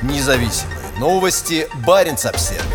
Независимые новости. Баренц-Обсервер.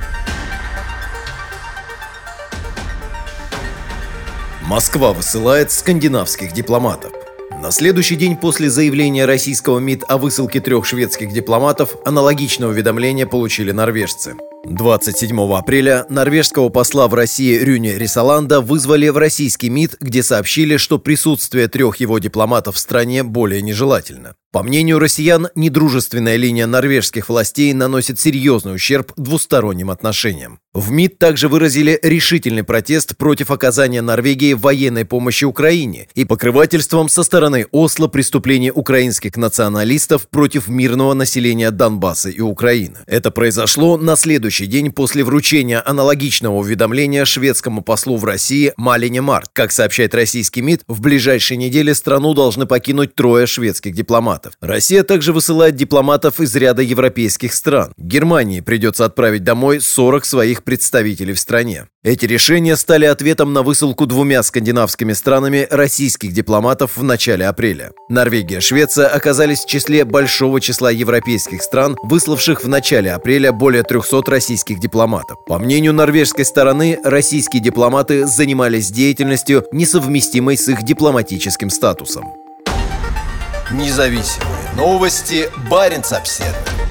Москва высылает скандинавских дипломатов. На следующий день после заявления российского МИД о высылке 3 шведских дипломатов аналогичное уведомление получили норвежцы. 27 апреля норвежского посла в России Рюне Рисаланда вызвали в российский МИД, где сообщили, что присутствие 3 его дипломатов в стране более нежелательно. По мнению россиян, недружественная линия норвежских властей наносит серьезный ущерб двусторонним отношениям. В МИД также выразили решительный протест против оказания Норвегии военной помощи Украине и покрывательством со стороны Осло преступлений украинских националистов против мирного населения Донбасса и Украины. Это произошло на следующий день после вручения аналогичного уведомления шведскому послу в России Малине Март. Как сообщает российский МИД, в ближайшие недели страну должны покинуть 3 шведских дипломатов. Россия также высылает дипломатов из ряда европейских стран. Германии придется отправить домой 40 своих представителей в стране. Эти решения стали ответом на высылку 2 скандинавскими странами российских дипломатов в начале апреля. Норвегия и Швеция оказались в числе большого числа европейских стран, выславших в начале апреля более 300 российских дипломатов. По мнению норвежской стороны, российские дипломаты занимались деятельностью, несовместимой с их дипломатическим статусом. Независимые новости. Баренц-Обсервер.